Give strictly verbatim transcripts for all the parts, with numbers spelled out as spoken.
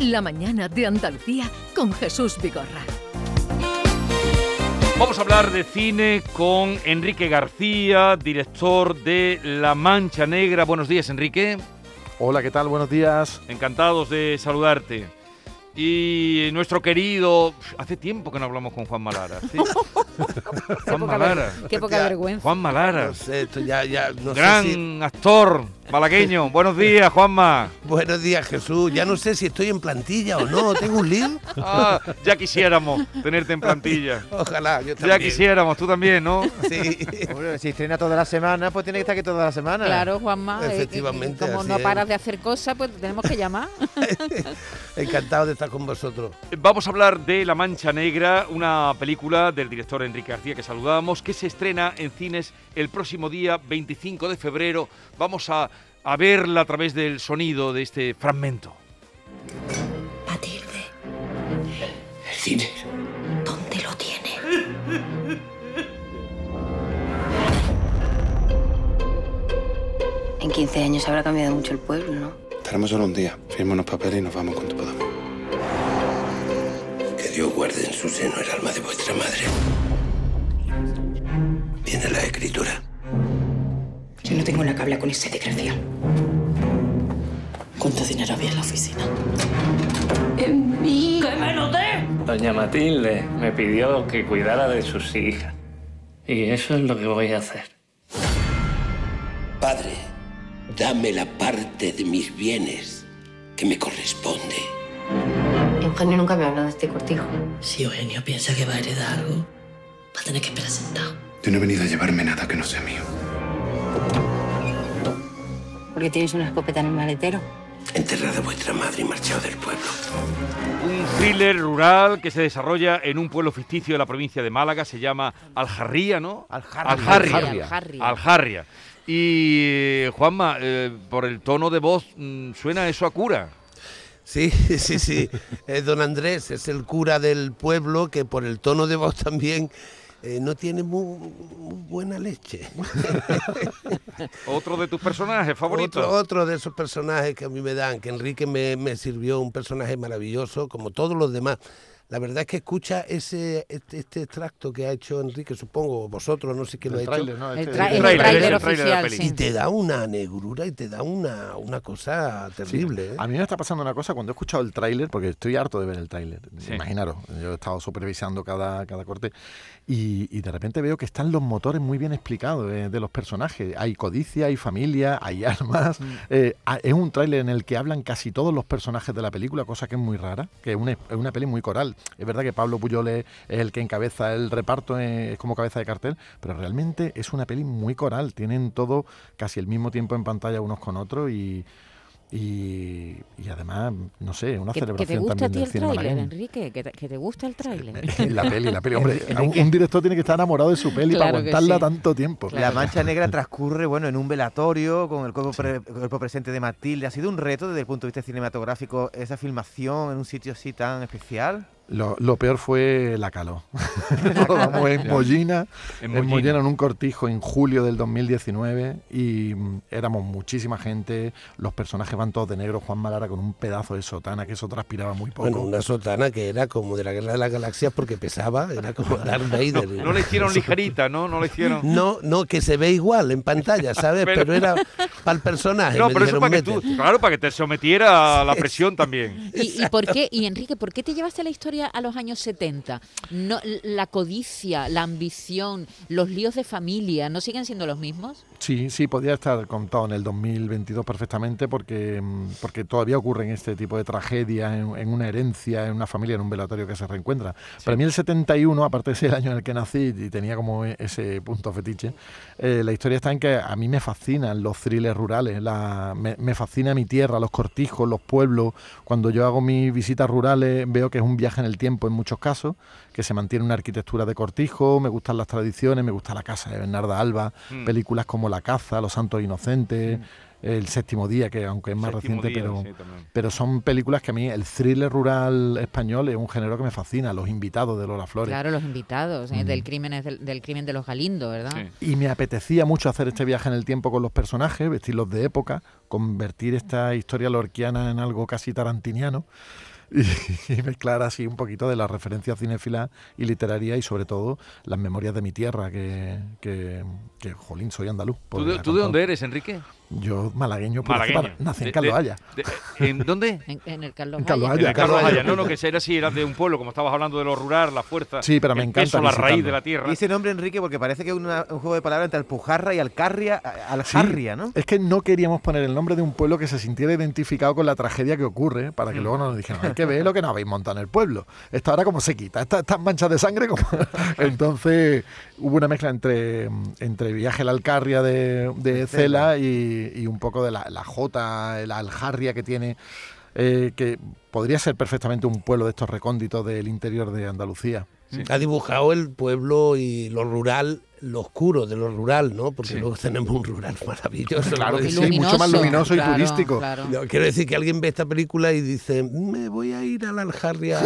La mañana de Andalucía con Jesús Vigorra. Vamos a hablar de cine con Enrique García, director de La Mancha Negra. Buenos días, Enrique. Hola, ¿qué tal? Buenos días. Encantados de saludarte. Y nuestro querido... Hace tiempo que no hablamos con Juan Malara, ¿sí? Juan Malara. Qué poca vergüenza. Juan Malara. No sé, esto ya, ya, no Gran sé si... actor malagueño. Buenos días, Juanma. Buenos días, Jesús. Ya no sé si estoy en plantilla o no. ¿Tengo un lío? Ah, ya quisiéramos tenerte en plantilla. Ojalá, yo también. Ya quisiéramos, tú también, ¿no? Sí. Hombre, si estrena toda la semana, pues tiene que estar aquí toda la semana. Claro, Juanma. Efectivamente, Eh, como así no es. paras de hacer cosas, pues tenemos que llamar. Encantado de estar con vosotros. Vamos a hablar de La Mancha Negra, una película del director Enrique García que saludamos, que se estrena en cines el próximo día veinticinco de febrero. Vamos a, a verla a través del sonido de este fragmento. Matilde, El cine. ¿dónde lo tiene? En quince años habrá cambiado mucho el pueblo, ¿no? Estaremos solo un día. Firma unos papeles y nos vamos cuando podamos. Que Dios guarde en su seno el alma de vuestra madre. Viene la escritura. Yo no tengo la que hablar con ese desgraciado. ¿Cuánto dinero había en la oficina? ¡En mí! ¡Que me lo dé! Doña Matilde me pidió que cuidara de sus hijas. Y eso es lo que voy a hacer. Padre, dame la parte de mis bienes que me corresponde. Eugenio nunca me ha hablado de este cortijo. Si Eugenio piensa que va a heredar algo, va a tener que esperar sentado. Yo no he venido a llevarme nada que no sea mío. ¿Por qué tienes una escopeta en el maletero? Enterrad a vuestra madre y marchado del pueblo. Un thriller rural que se desarrolla en un pueblo ficticio de la provincia de Málaga, se llama Aljarría, ¿no? Aljarria. Aljarria. Aljarria. Aljarria. Y eh, Juanma, eh, por el tono de voz, mm, suena eso a cura. Sí, sí, sí. Eh, don Andrés es el cura del pueblo que por el tono de voz también eh, no tiene muy, muy buena leche. Otro de tus personajes favoritos. Otro, otro de esos personajes que a mí me dan, que Enrique me, me sirvió un personaje maravilloso, como todos los demás. La verdad es que escucha ese este, este extracto que ha hecho Enrique, supongo, vosotros, no sé quién lo ha El hecho. tráiler, ¿no? El, Este- tra- el el tráiler, tráiler es el tráiler de la oficial, peli. Y sí. te da una negrura y te da una, una cosa terrible. ¿eh? A mí me está pasando una cosa cuando he escuchado el tráiler, porque estoy harto de ver el tráiler, Sí. imaginaros, yo he estado supervisando cada, cada corte y, y de repente veo que están los motores muy bien explicados eh, de los personajes. Hay codicia, hay familia, hay armas. Mm. Eh, a- es un tráiler en el que hablan casi todos los personajes de la película, cosa que es muy rara, que es una, es una peli muy coral. Es verdad que Pablo Puyol es, es el que encabeza el reparto, eh, es como cabeza de cartel, pero realmente es una peli muy coral. Tienen todo casi el mismo tiempo en pantalla unos con otros y... Y, y además, no sé, una ¿Que, que celebración te gusta a también ti del el cine tráiler, malagueño. Enrique? ¿Que te, que te gusta el tráiler? La peli, la peli, hombre, un, un director tiene que estar enamorado de su peli Claro para que aguantarla sí. tanto tiempo. Claro. La Mancha Negra transcurre, bueno, en un velatorio con el cuerpo, pre- cuerpo presente de Matilde. ¿Ha sido un reto desde el punto de vista cinematográfico esa filmación en un sitio así tan especial? Lo, lo peor fue la calor. Rodamos en Mollina, En en Mollina. Mollina en un cortijo en julio del dos mil diecinueve y mm, éramos muchísima gente, los personajes van todos de negro, Juan Malara con un pedazo de sotana que eso transpiraba muy poco. Bueno, una sotana que era como de la Guerra de las Galaxias porque pesaba, era como Darth Vader. No le hicieron ligerita, ¿no? No le hicieron... No, no, que se ve igual en pantalla, ¿sabes? Pero- Pero, era para el personaje. No, me pero eso dijeron, para que tú, "Métete". claro, para que te sometiera a la presión también. ¿Y, y por qué, y Enrique, ¿por qué te llevaste la historia a los años setenta? No, la codicia, la ambición, los líos de familia, ¿no siguen siendo los mismos? Sí, sí, podría estar contado en el dos mil veintidós perfectamente porque, mm, porque todavía ocurren este tipo de tragedias en, en una herencia, en una familia, en un velatorio que se reencuentra. Para mí el setenta y uno, aparte de ser el año en el que nací y tenía como ese punto fetiche, eh, la historia está en que a mí me fascinan los thrillers rurales, la, me, me fascina mi tierra, los cortijos, los pueblos. Cuando yo hago mis visitas rurales veo que es un viaje en el tiempo en muchos casos, que se mantiene una arquitectura de cortijo, me gustan las tradiciones, me gusta la casa de Bernarda Alba, Mm. películas como La caza, Los santos inocentes, El séptimo día, que aunque es más Séptimo reciente, día, pero, sí, también. pero son películas que a mí, el thriller rural español es un género que me fascina, Los invitados de Lola Flores. Claro, los invitados, ¿eh? Mm. del, crimen, del, del crimen de los Galindo, ¿verdad? Sí. Y me apetecía mucho hacer este viaje en el tiempo con los personajes, vestirlos de época, convertir esta historia lorquiana en algo casi tarantiniano. y, y mezclar así un poquito de la referencia cinéfila y literaria y sobre todo las memorias de mi tierra, que, que, que jolín, soy andaluz. ¿Tú de, ¿Tú de dónde eres, Enrique? Yo malagueño, malagueño. Nací en Carlos Haya. ¿En dónde? En, en el Carlos en Carlos Haya. Haya. En Carlos Haya. No, no, que era así, eras de un pueblo, como estabas hablando de lo rural, la fuerza. Sí, pero me el encanta peso, la visitarlo. raíz de la tierra. Y ese nombre, Enrique, porque parece que es una, un juego de palabras entre Alpujarra y Alcarria, Aljarria, sí, ¿no? Es que no queríamos poner el nombre de un pueblo que se sintiera identificado con la tragedia que ocurre, para que mm. luego no nos dijeran, hay que ver lo que nos habéis montado en el pueblo. Esto ahora como se quita, estas esta manchas de sangre como... Entonces hubo una mezcla entre, entre Viaje a la Alcarria de, de Cela y, y un poco de la, la Jota, la Aljarria que tiene, eh, que podría ser perfectamente un pueblo de estos recónditos del interior de Andalucía. Sí. Ha dibujado el pueblo y lo rural, lo oscuro de lo rural, ¿no? Porque sí. luego tenemos un rural maravilloso. Claro que sí, luminoso, mucho más luminoso claro, y turístico. Claro. No, quiero decir que alguien ve esta película y dice, me voy a ir a la Aljarria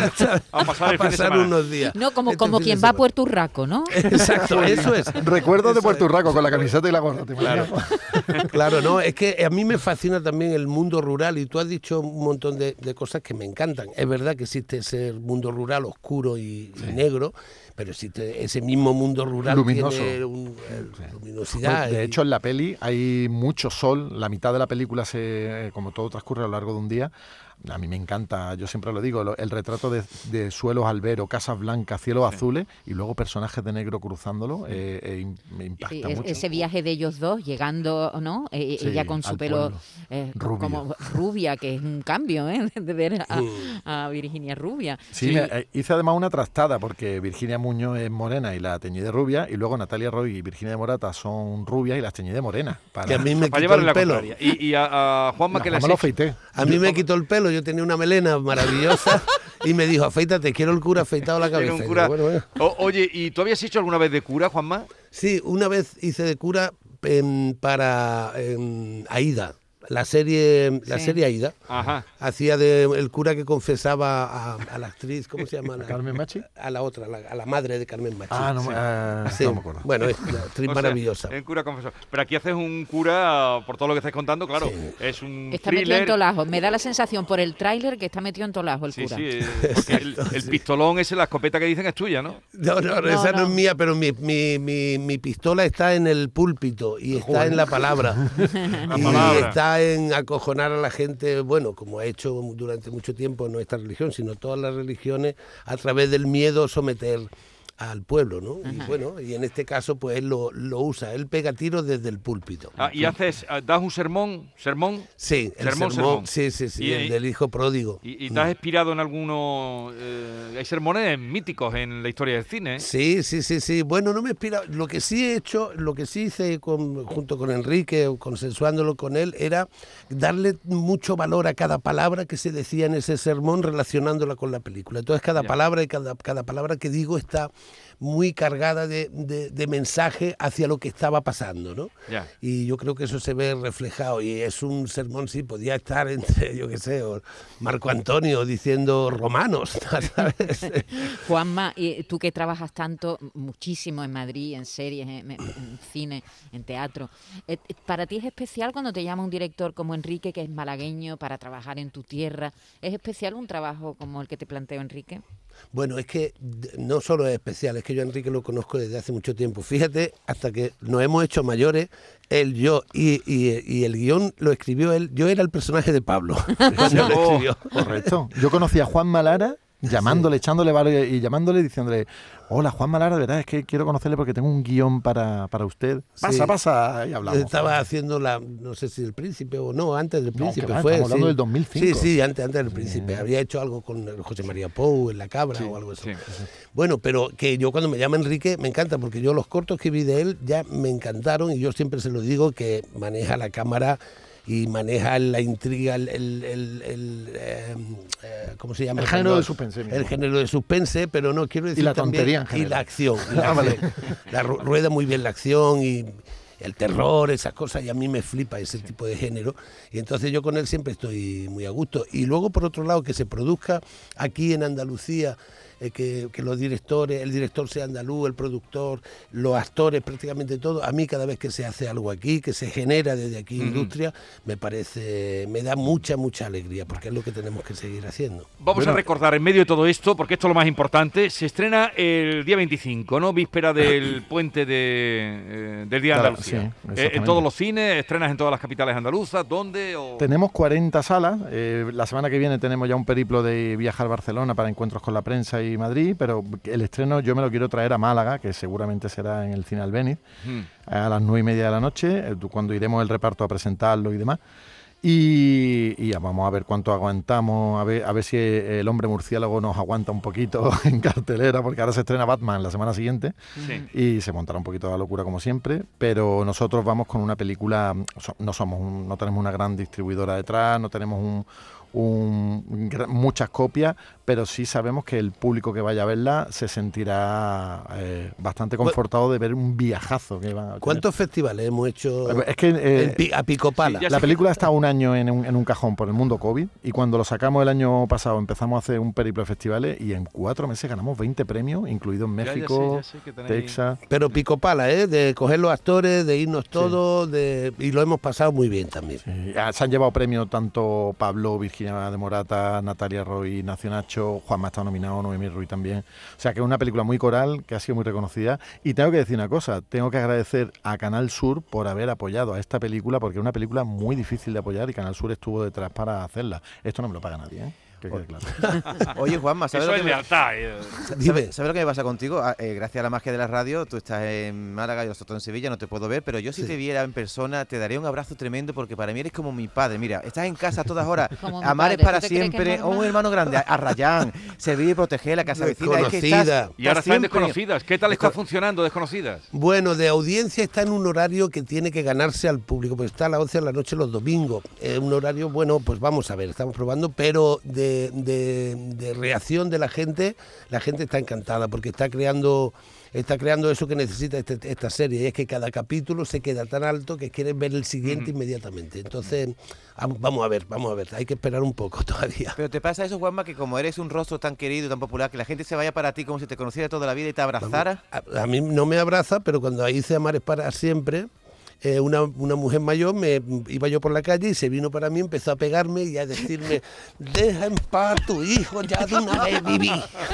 a pasar, a pasar unos días. No, como, este como quien va a Puerto Urraco, ¿no? Exacto, eso es. Recuerdos de Puerto Urraco es. con la camiseta y la gorra. Claro. Claro, no, es que a mí me fascina también el mundo rural y tú has dicho un montón de, de cosas que me encantan. Es verdad que existe ese mundo rural oscuro y, sí. y negro, pero existe ese mismo mundo rural luminoso. Tiene un, el, sí. luminosidad. De y... hecho, en la peli hay mucho sol, la mitad de la película, se, como todo transcurre a lo largo de un día. A mí me encanta, yo siempre lo digo, el retrato de, de suelos albero, casas blancas, cielos sí. azules y luego personajes de negro cruzándolo, eh, eh, me impacta sí, mucho. Ese viaje de ellos dos, llegando, ¿no? Eh, sí, ella con su pelo eh, como rubia, que es un cambio, ¿eh? De ver a, a Virginia rubia. Sí, sí. Me, eh, hice además una trastada, porque Virginia Muñoz es morena y la teñí de rubia, y luego Natalia Roy y Virginia de Morata son rubias y las teñí de morena. Para, que a mí me para quitó el pelo. Y, y a, a Juanma, que le lo afeité. A mí me quitó el pelo. Yo tenía una melena maravillosa y me dijo, afeítate, quiero el cura afeitado la cabeza. Un cura. Digo, bueno, bueno. O, oye, ¿y tú habías hecho alguna vez de cura, Juanma? Sí, una vez hice de cura eh, para eh, Aída. La serie, la sí. serie Aída. Ajá. Hacía de el cura que confesaba a, a la actriz, ¿cómo se llama? La, ¿Carmen Machi? A la otra, a la, a la madre de Carmen Machi. Ah, no, sí. uh, sí. no me acuerdo. Bueno, es una actriz o maravillosa. Sea, en cura confesor. Pero aquí haces un cura, por todo lo que estás contando, claro, sí. es un Está thriller. metido en tolajo. Me da la sensación por el tráiler que está metido en tolajo el sí, cura. Sí, eh, porque el, el pistolón ese, la escopeta que dicen es tuya, ¿no? No, no, no esa no. no es mía, pero mi, mi, mi, mi pistola está en el púlpito y está Joder. en la palabra. la y palabra. está en acojonar a la gente, bueno, como ha hecho durante mucho tiempo no esta religión, sino todas las religiones, a través del miedo someter al pueblo, ¿no? Ajá. Y bueno, y en este caso pues él lo, lo usa, él pega tiros desde el púlpito. Ah, ¿y haces, das un sermón? ¿Sermón? Sí, el sermón, sermón, sermón. sí, sí, sí, y, el del hijo pródigo. ¿Y, y te has inspirado en algunos, eh, hay sermones míticos en la historia del cine? ¿eh? Sí, sí, sí, sí, bueno, no me he inspirado, lo que sí he hecho, lo que sí hice con, junto con Enrique, consensuándolo con él, era darle mucho valor a cada palabra que se decía en ese sermón relacionándola con la película. Entonces cada ya. palabra y cada, cada palabra que digo está muy cargada de, de, de mensaje hacia lo que estaba pasando, ¿no? Ya. Y yo creo que eso se ve reflejado y es un sermón, sí, podía estar entre, yo qué sé, o Marco Antonio diciendo romanos, ¿sabes? Juanma, tú que trabajas tanto, muchísimo en Madrid, en series, en, en cine, en teatro, ¿para ti es especial cuando te llama un director como Enrique, que es malagueño, para trabajar en tu tierra? ¿Es especial un trabajo como el que te planteo, Enrique? Bueno, es que no solo es especial, es que yo a Enrique lo conozco desde hace mucho tiempo. Fíjate, hasta que nos hemos hecho mayores, él, yo, y, y, y el guión lo escribió él. Yo era el personaje de Pablo cuando lo escribió. Correcto. Yo conocí a Juan Malara llamándole, sí. echándole varios y llamándole y diciéndole, hola Juan Malara, de verdad es que quiero conocerle porque tengo un guión para, para usted. Pasa, sí. pasa, y hablamos. Estaba ¿no? haciendo la, no sé si el Príncipe o no, antes del Príncipe. No, fue, estamos hablando sí. del dos mil cinco. Sí, sí, antes, antes del Príncipe. Sí. Había hecho algo con José María Pou en La Cabra sí. o algo así. Sí. Bueno, pero que yo cuando me llama Enrique me encanta porque yo los cortos que vi de él ya me encantaron y yo siempre se lo digo que maneja la cámara y maneja la intriga, el, el, el, el eh, eh, ¿cómo se llama? El género de suspense. El género de suspense, pero no quiero decir y la también, tontería en general. Y la acción. Y la, acción. la rueda muy bien la acción y, el terror, esas cosas, y a mí me flipa ese tipo de género, y entonces yo con él siempre estoy muy a gusto. Y luego, por otro lado, que se produzca aquí en Andalucía, eh, que, que los directores, el director sea andaluz, el productor, los actores, prácticamente todo. A mí cada vez que se hace algo aquí, que se genera desde aquí uh-huh. industria, me parece, me da mucha, mucha alegría, porque es lo que tenemos que seguir haciendo. Vamos bueno. a recordar, en medio de todo esto, porque esto es lo más importante, se estrena el día veinticinco, ¿no? Víspera del puente de, eh, del Día de claro, Andalucía. Sí, eh, en todos los cines, estrenas en todas las capitales andaluzas, ¿dónde? O... Tenemos cuarenta salas, eh, la semana que viene tenemos ya un periplo de viajar a Barcelona para encuentros con la prensa y Madrid, pero el estreno yo me lo quiero traer a Málaga, que seguramente será en el Cine Albéniz, hmm. a las nueve y media de la noche, cuando iremos el reparto a presentarlo y demás. Y, y ya vamos a ver cuánto aguantamos, a ver, a ver si el hombre murciélago nos aguanta un poquito en cartelera, porque ahora se estrena Batman la semana siguiente sí. y se montará un poquito la locura como siempre, pero nosotros vamos con una película, no somos un, no tenemos una gran distribuidora detrás, no tenemos un, un, muchas copias, pero sí sabemos que el público que vaya a verla se sentirá eh, bastante confortado de ver un viajazo que va a... ¿Cuántos festivales hemos hecho es que, eh, pi a pico pala? Sí, la película está un año en un, en un cajón por el mundo COVID, y cuando lo sacamos el año pasado empezamos a hacer un periplo de festivales y en cuatro meses ganamos veinte premios, incluidos México, ya, ya sé, ya sé tenéis... Texas... Pero pico pala, ¿eh? De coger los actores, de irnos todos, sí. de... y lo hemos pasado muy bien también. Sí. Se han llevado premios tanto Pablo, Virginia de Morata, Natalia Roy, Nacio Nacho, Juanma está nominado, Noemí Ruiz también. O sea que es una película muy coral, que ha sido muy reconocida. Y tengo que decir una cosa, tengo que agradecer a Canal Sur por haber apoyado a esta película, porque es una película muy difícil de apoyar y Canal Sur estuvo detrás para hacerla. Esto no me lo paga nadie, ¿eh? Que quede claro. Oye, Juanma, ¿sabes Eso lo es que me... lealtad. Eh. ¿Sabes, ¿Sabes lo que me pasa contigo? Eh, gracias a la magia de la radio, tú estás en Málaga, yo estoy en Sevilla, no te puedo ver, pero yo si sí. te viera en persona, te daría un abrazo tremendo, porque para mí eres como mi padre. Mira, estás en casa a todas horas, amar es para siempre, o un hermano grande, a, a Rayán, servir y proteger la casa vecina. Es que estás, y ahora están Desconocidas. ¿Qué tal está funcionando Desconocidas? Bueno, de audiencia está en un horario que tiene que ganarse al público, pues está a las once de la noche los domingos. Es un horario, bueno, pues vamos a ver, estamos probando, pero de... de de reacción de la gente, la gente está encantada porque está creando está creando eso que necesita este, esta serie, y es que cada capítulo se queda tan alto que quieren ver el siguiente uh-huh. inmediatamente. Entonces, vamos a ver, vamos a ver, hay que esperar un poco todavía. Pero te pasa eso, Juanma, que como eres un rostro tan querido y tan popular, que la gente se vaya para ti como si te conociera toda la vida y te abrazara. A, a mí no me abraza, pero cuando hice Amar es para siempre, Eh, una, una mujer mayor, me iba yo por la calle y se vino para mí, empezó a pegarme y a decirme, deja en paz a tu hijo, ya de una vez viví.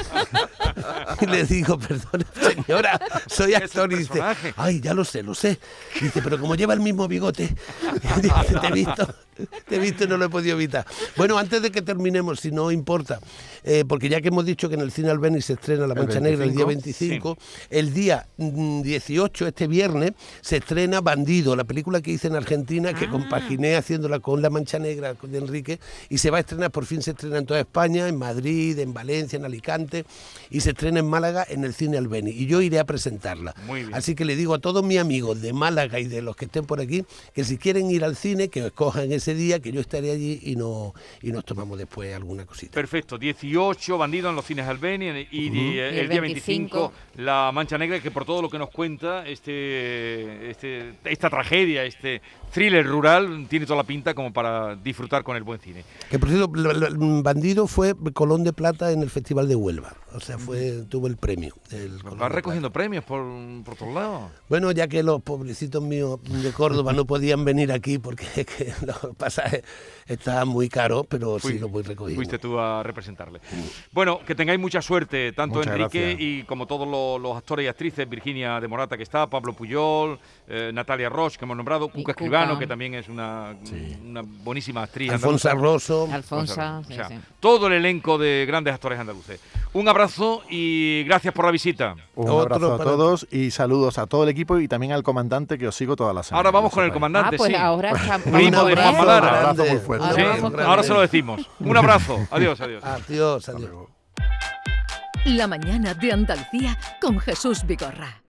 Y le digo, perdón, señora, soy actor. Y dice, ay, ya lo sé, lo sé. Y dice, pero como lleva el mismo bigote, dice, te he visto, te he visto y no lo he podido evitar. Bueno, antes de que terminemos, si no importa, eh, porque ya que hemos dicho que en el Cine Albéniz se estrena La Mancha Negra el día veinticinco, sí. el día dieciocho, este viernes, se estrena Bandido, la película que hice en Argentina, que ah. compaginé haciéndola con La Mancha Negra de Enrique, y se va a estrenar, por fin se estrena en toda España, en Madrid, en Valencia, en Alicante, y se estrena en Málaga en el Cine Albéniz, y yo iré a presentarla. Muy bien. Así que le digo a todos mis amigos de Málaga y de los que estén por aquí, que si quieren ir al cine, que escojan ese día, que yo estaré allí y, no, y nos tomamos después alguna cosita. Perfecto, dieciocho Bandido en los cines Albéniz y, uh-huh. y el, el día veinticinco La Mancha Negra, que por todo lo que nos cuenta este, este esta tragedia, este thriller rural, tiene toda la pinta como para disfrutar con el buen cine. Que por cierto, Bandido fue Colón de Plata en el Festival de Huelva, o sea, fue tuvo el premio. ¿Vas recogiendo premios por, por todos lados? Bueno, ya que los pobrecitos míos de Córdoba no podían venir aquí porque es que los pasajes estaban muy caros, pero Fui, sí los voy recogiendo. Fuiste tú a representarle. Bueno, que tengáis mucha suerte, tanto Muchas Enrique gracias. y como todos los, los actores y actrices, Virginia de Morata que está, Pablo Puyol, eh, Natalia Roche que hemos nombrado, Cuca Escribano, que también es una, sí. una buenísima actriz. Alfonso Rosso. Alfonso, sí, o sea, sí. todo el elenco de grandes actores andaluces. Un abrazo y gracias por la visita. Un abrazo a todos y saludos a todo el equipo y también al comandante, que os sigo toda la semana. Ahora vamos con el comandante, ah, pues sí. ahora está Primo de Juan Malara. Un abrazo muy fuerte. Sí, ahora se lo decimos. Un abrazo. Adiós, adiós. Adiós, adiós. La mañana de Andalucía con Jesús Vigorra.